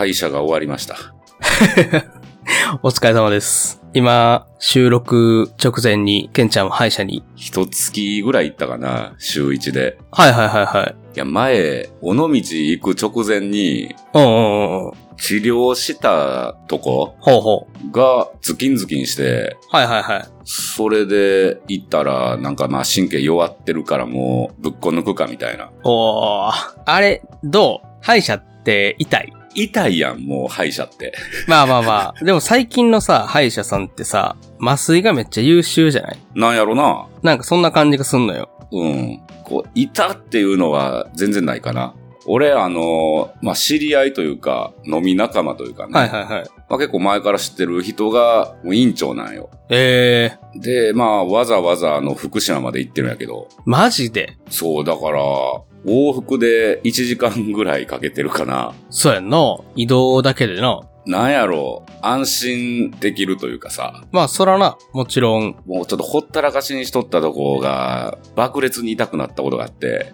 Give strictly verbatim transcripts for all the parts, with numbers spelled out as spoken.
歯医者が終わりました。 お疲れ様です。今、収録直前に、ケンちゃんは歯医者に。 一月ぐらい行ったかな、週一で。 はいはいはいはい。 いや、前、尾道行く直前に、 うんうんうん。 治療したとこほうほうがズキンズキンして、 はいはいはい。 それで行ったら、なんかまあ神経弱ってるからもうぶっこ抜くかみたいな。 おー。あれ、どう？歯医者って痛い？ 痛いやん、もう歯医者って。 まあまあまあ。でも最近のさ、歯医者さんってさ、麻酔がめっちゃ優秀じゃない？ なんやろな。 なんかそんな感じがすんのよ。 うん。こう、痛っていうのは全然ないかな。俺、あの、まあ、知り合いというか、飲み仲間というかね。 はいはいはい。 まあ、結構前から知ってる人が、もう院長なんよ。 ええー。 で、まあ、わざわざ、あの、福島まで行ってるんやけど。 マジで？ そう、だから、往復でいちじかんぐらいかけてるかな。 そうやんな。移動だけでな。 なんやろう、安心できるというかさ。 まあ、そらな、もちろん。 もうちょっとほったらかしにしとったとこが、爆裂に痛くなったことがあって。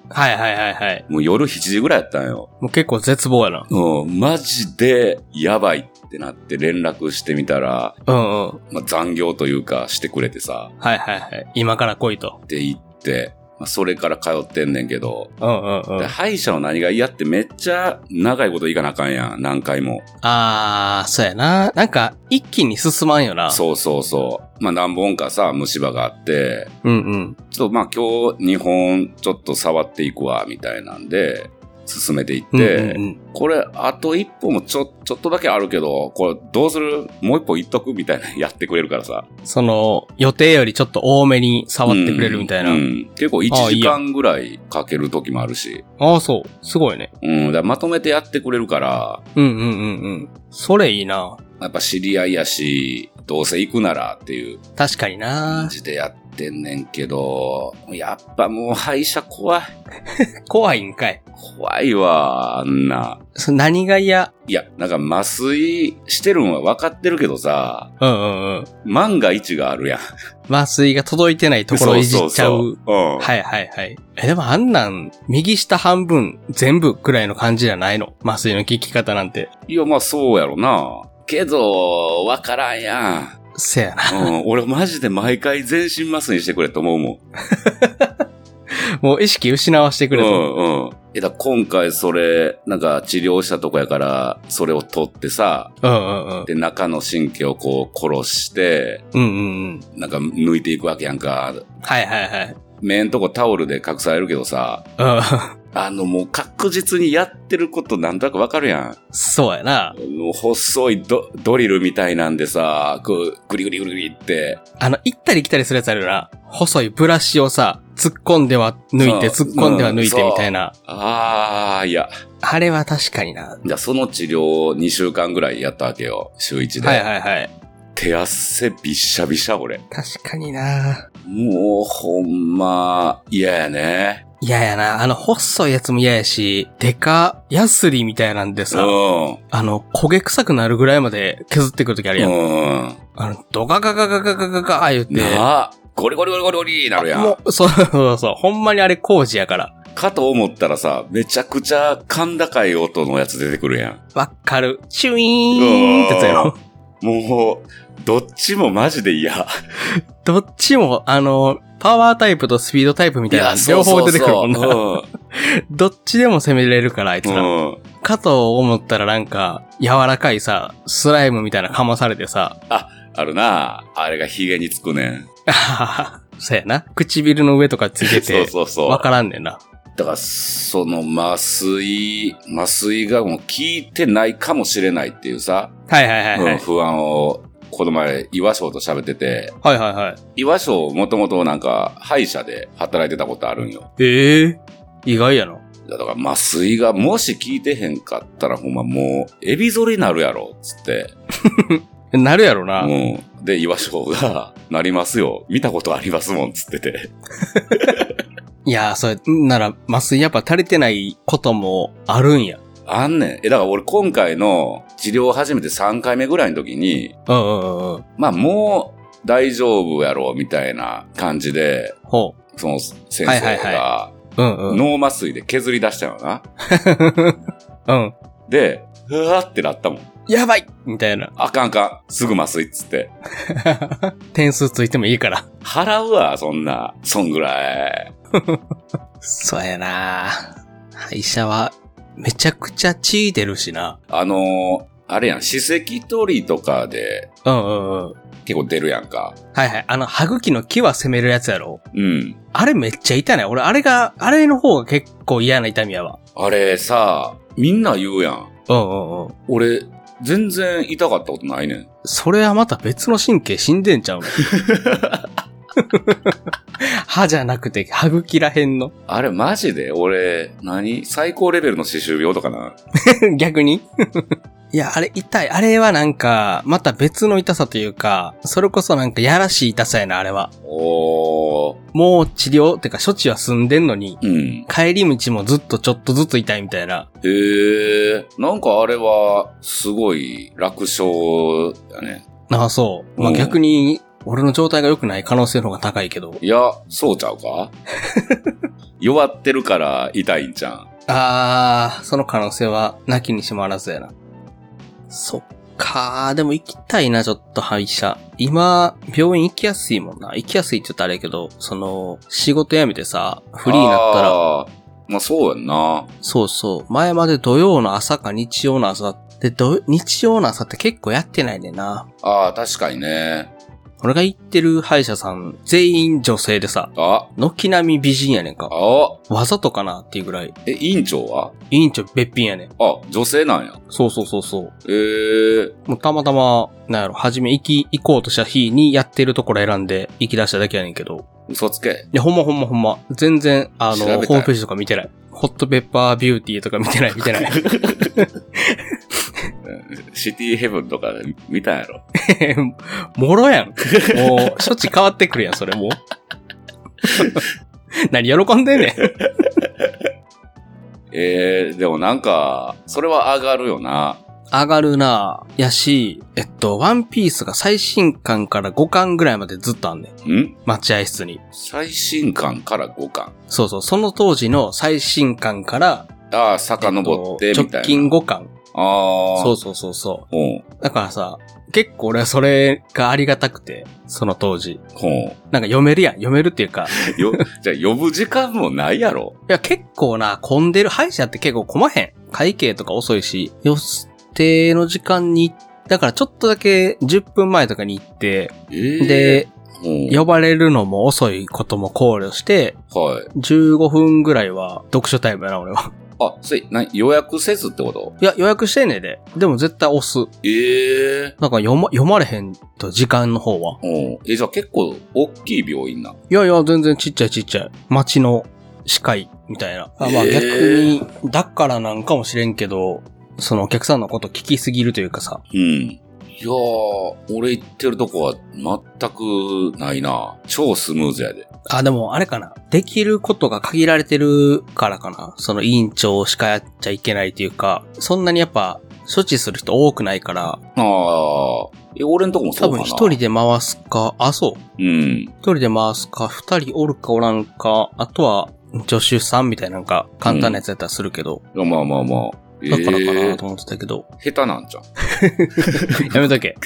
はいはいはいはい。 もう夜しちじぐらいやったんよ。 もう結構絶望やな。 うん、マジでやばいってなって連絡してみたら、 うんうん。 まあ、残業というかしてくれてさ。 はいはいはい。今から来いと。 って言って、まあ、それから通ってんねんけど、 うんうんうん。 で歯医者の何が嫌ってめっちゃ長いこと行かなあかんやん、何回も。 あー、そうやな。なんか、一気に進まんよな。 そうそうそう。まあ何本かさ、虫歯があって、 うんうん。 ちょっとまあ今日にほんちょっと触っていくわ、みたいなんで、進めていって、 うんうんうん、 これあと一歩もちょ、ちょっとだけあるけど、これどうする？もう一歩行っとくみたいなやってくれるからさ。 その、予定よりちょっと多めに触ってくれるみたいな。 うんうん、結構いちじかんぐらいかける時もあるし。 ああ、そう。すごいね。 うん、だからまとめてやってくれるから。 うんうんうんうん。それいいな。 やっぱ知り合いやし、どうせ行くならっていう。 確かにな。 感じでやってんねんけど、やっぱもう歯医者怖い。 怖いんかい。 怖いわ、あんな。 そ何が嫌？ いや、なんか麻酔してるんは分かってるけどさ、 うんうんうん。 万が一があるやん。 麻酔が届いてないところをいじっちゃう。 そうそうそう。うん。 はいはいはい。え、でもあんなん、右下半分全部くらいの感じじゃないの？麻酔の効き方なんて。 いや、まあそうやろな。けど、分からんやん。 せやな。 うん。俺マジで毎回全身麻酔してくれと思うもん。 もう意識失わしてくれと。 うんうん。え、だ今回それ、なんか治療したとこやから、それを取ってさ、 うんうんうん。 で、中の神経をこう殺して、 うんうんうん。 なんか抜いていくわけやんか。 はいはいはい。 目んとこタオルで隠されるけどさ、 うん。 あのもう確実にやってることなんとなくわかるやん。 そうやな。 もう細いドドリルみたいなんでさ、こう、グリグリグリグリって。 あの、行ったり来たりするやつあるよな。細いブラシをさ、突っ込んでは抜いて、突っ込んでは抜いてみたいな。 ああ、いや。 あれは確かにな。 じゃあその治療をにしゅうかんぐらいやったわけよ。週いちで。 はいはいはい。 手汗びっしゃびしゃ、俺。 確かにな。 もう、ほんま、嫌やね。 嫌やな。あの、細いやつも嫌やし、デカ、ヤスリみたいなんでさ、 うん、 あの、焦げ臭くなるぐらいまで削ってくるときあるやん。うん、あの、ドガガガガガガガガ言って。 なあ、ゴリゴリゴリゴリゴリなるやん。 もう、そうそうそう。ほんまにあれ工事やから。 かと思ったらさ、めちゃくちゃ甲高い音のやつ出てくるやん。 わかる。チュイーンってやつやろ。 もう、どっちもマジで嫌。 どっちも、あの、パワータイプとスピードタイプみたいな両方出てくるもんな。そうそうそう、うん、どっちでも攻めれるから、あいつら。うん、かと思ったらなんか、柔らかいさ、スライムみたいなかまされてさ。 あ、あるな。あれがヒゲにつくねん。 そうやな。唇の上とかついてて。 そうそうそう。 わからんねんな。 だから、その麻酔、麻酔がもう効いてないかもしれないっていうさ。 はいはいはい、はい、 うん、不安を、この前、岩翔と喋ってて。 はいはいはい。 岩翔、もともとなんか、歯医者で働いてたことあるんよ。 ええー、意外やな。 だから麻酔がもし効いてへんかったらほんまもう、エビ反りなるやろ、つって。 なるやろな。 うん。で、岩翔が、なりますよ。見たことありますもん、つってて。 いやー、それ、なら、麻酔やっぱ足りてないこともあるんや。 あんねん。え、だから俺今回の治療を始めてさんかいめぐらいの時に、 うんうんうん。 まあもう大丈夫やろ、みたいな感じで、 ほう。 その先生が、はいはいはい、 うんうん、 脳麻酔で削り出したよな。 うん。 で、 うわーってなったもん。 やばいみたいな。 あかんあかん。すぐ麻酔っつって。 点数ついてもいいから。 払うわ、そんな。そんぐらい。 そうやな。歯医者は、めちゃくちゃ血出るしな。 あのー、あれやん、歯石取りとかで、 うんうんうん。 結構出るやんか。 はいはい。あの、歯茎の木は攻めるやつやろ。 うん。 あれめっちゃ痛いね。俺、あれが、あれの方が結構嫌な痛みやわ。 あれさ、みんな言うやん。 うんうんうん。 俺、全然痛かったことないねん。 それはまた別の神経死んでんちゃうの歯じゃなくて歯茎らへんの。 あれマジで俺、何最高レベルの歯周病とかな逆にいや、あれ痛い。あれはなんか、また別の痛さというか、それこそなんかやらしい痛さやな、あれは。 おー。 もう治療ってか処置は済んでんのに、 うん。 帰り道もずっとちょっとずつ痛いみたいな。 へえ。なんかあれは、すごい楽勝やね。 ああ、そう。まあ逆に、俺の状態が良くない可能性の方が高いけど。 いや、そうちゃうか弱ってるから痛いんちゃん。 あー、その可能性はなきにしもあらずやな。そっかー、でも行きたいな、ちょっと歯医者。今、病院行きやすいもんな。行きやすいって言ったらあれやけど、その、仕事辞めてさ、フリーになったら。 あー、まあそうやんな。 そうそう。前まで土曜の朝か日曜の朝で、ど日曜の朝って結構やってないねんな。 ああ、確かにね。 俺が行ってる歯医者さん、全員女性でさ、 あ、 軒並み美人やねんか。 あ、 わざとかなっていうぐらい。 え、院長は委員長別品やねん。 あ、女性なんや。 そうそうそうそう。 ええー。 もうたまたま、なんやろ、初め行き、行こうとした日にやってるところ選んで行き出しただけやねんけど。 嘘つけ。 いや、ほんまほんまほんま。全然、あの、ホ調べたいームページとか見てない。ホットペッパービューティーとか見てない、見てない。 シティヘブンとか見たんやろ。 もろやん。もう、処置変わってくるやん、それもう。何喜んでんねん。 ええー、でもなんか、それは上がるよな。 上がるなぁ。やし、えっと、ワンピースが最新巻からごかんぐらいまでずっとあんねん。 ん待合室に。 最新巻からごかん。 そうそう、その当時の最新巻から、 ああ、遡ってみたいな。 直近ごかん。 ああ。 そうそうそうそう。 うん。 だからさ、結構俺はそれがありがたくて、その当時。 ほう。 なんか読めるやん。読めるっていうか。 よ、じゃあ呼ぶ時間もないやろ。 いや、結構な、混んでる。歯医者って結構混まへん。会計とか遅いし、予定の時間に、だからちょっとだけじゅっぷんまえとかに行って、 えー、 で、 うん、 呼ばれるのも遅いことも考慮して、 はい。 じゅうごふんぐらいは読書タイムやな、俺は。 あ、それ、な、予約せずってこと？ いや、予約してんねんで。でも絶対押す。 ええー。 なんか読ま、読まれへんと、時間の方は。 うん。え、じゃあ結構、大きい病院な。 いやいや、全然ちっちゃいちっちゃい。街の歯科医みたいな。あまあえー逆に、だからなんかもしれんけど、そのお客さんのこと聞きすぎるというかさ。 うん。いやー、俺行ってるとこは全くないな。超スムーズやで。 あ、でもあれかな。できることが限られてるからかな。その委員長しかやっちゃいけないというか、そんなにやっぱ処置する人多くないから。 ああ。え、俺んとこもそうかな。 多分一人で回すか、あ、そう。 うん。 一人で回すか、二人おるかおらんか、あとは助手さんみたいななんか簡単なやつやったらするけど。 うん、まあまあまあ。 だからかなと思ってたけど。 えー、下手なんじゃん。 やめとけ。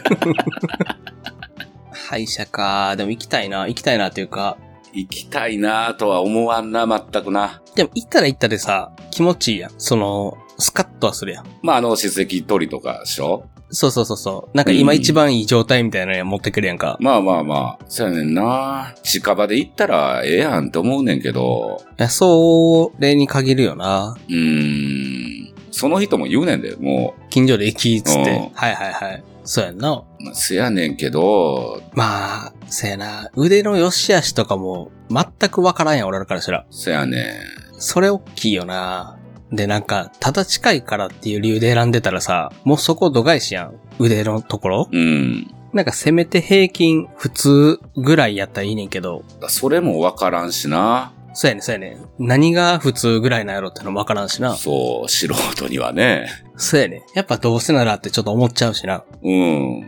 歯医者か。でも行きたいな。行きたいなっていうか。 行きたいなとは思わんな、全くな。 でも行ったら行ったでさ、気持ちいいやん。その、スカッとはするやん。 まあ、あの、歯石取りとかでしょ？ そうそうそうそう。なんか今一番いい状態みたいなのや持ってくるやんか。 まあまあまあ。そうやねんな。近場で行ったらええやんって思うねんけど。 いや、それに限るよな。 うーん。その人も言うねんで、もう。 近所で行き、つって。 うんはいはいはい。そうやんな。 まあ、せやねんけど。 まあ、せやな。腕の良し悪しとかも全くわからんやん、俺らからしたら。 せやねん。 それ大きいよな。で、なんか、ただ近いからっていう理由で選んでたらさ、もうそこ度外視やん。腕のところ。 うん。 なんかせめて平均、普通ぐらいやったらいいねんけど。 それもわからんしな。 そうやねん、そうやねん。何が普通ぐらいなんやろってのもわからんしな。 そう、素人にはね。 そうやね。やっぱどうせならってちょっと思っちゃうしな。 うん。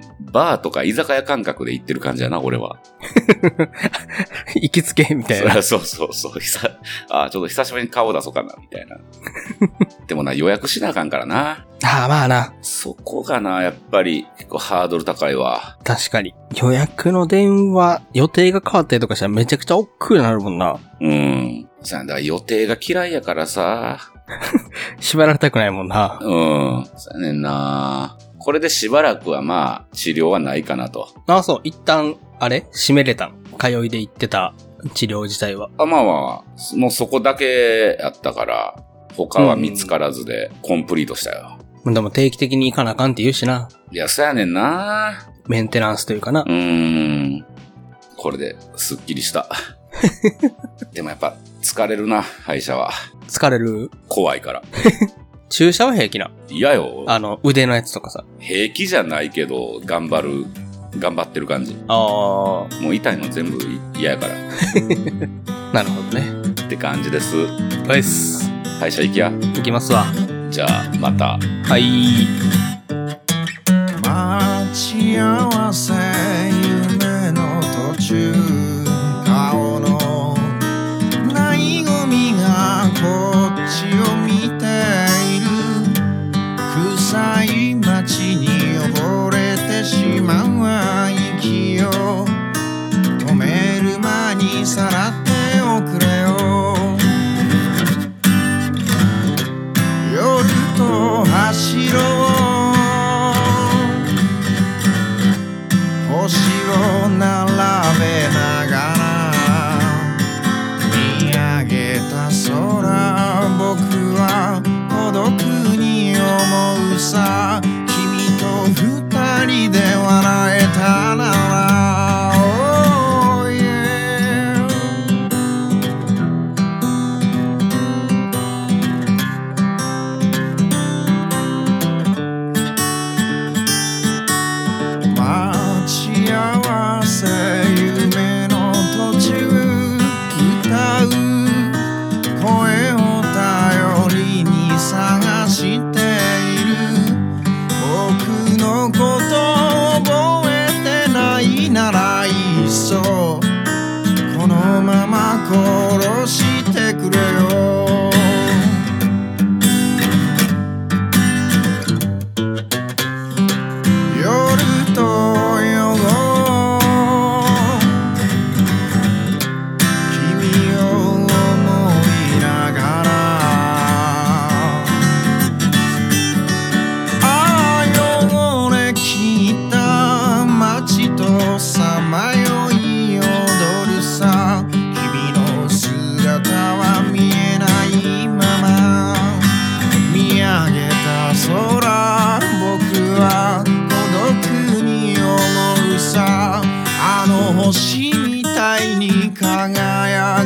バーとか居酒屋感覚で行ってる感じやな、俺は。 行きつけみたいな。 そうそうそう。久あちょっと久しぶりに顔出そうかな、みたいな。でもな、予約しなあかんからな。 ああ、まあな。 そこがな、やっぱり結構ハードル高いわ。 確かに。予約の電話、予定が変わったりとかしたらめちゃくちゃ億劫になるもんな。 うん。さあ、だから予定が嫌いやからさ。 縛られたくないもんな。 うん。そうやねんな。これでしばらくはまあ、治療はないかなと。 ああ、そう。一旦、あれ閉めれたん。通いで行ってた治療自体は。 あまあまあ、もうそこだけやったから、他は見つからずでコンプリートしたよ。 うん、でも定期的に行かなあかんって言うしな。 いや、そうやねんな。 メンテナンスというかな。 うーん。これで、すっきりした。でもやっぱ、疲れるな、歯医者は。 疲れる。 怖いから。 注射は平気な。 嫌よ。 あの、腕のやつとかさ。 平気じゃないけど、頑張る、頑張ってる感じ。 ああ。 もう痛いの全部嫌やから。 なるほどね。 って感じです。 はいっす。 歯医者行きや。 行きますわ。 じゃあ、また。 はい。 待ち合わせ夢の途中顔の醍醐味がこっちを見ている臭い街に溺れてしまう息を止める間にさらっておくれよ夜と走ろう星を並べながら見上げた空僕は孤独に思うさ君と二人で笑えたなら、oh yeah、待ち合わせ夢の途中歌う声を頼りに探している僕のこと覚えてないならいっそこのまま殺してくれよ夜と夜君を思いながらああ汚れきった街とさまよい踊るさ君の姿は見えないまま見上げた空僕は孤独に思うさあの星みたいに輝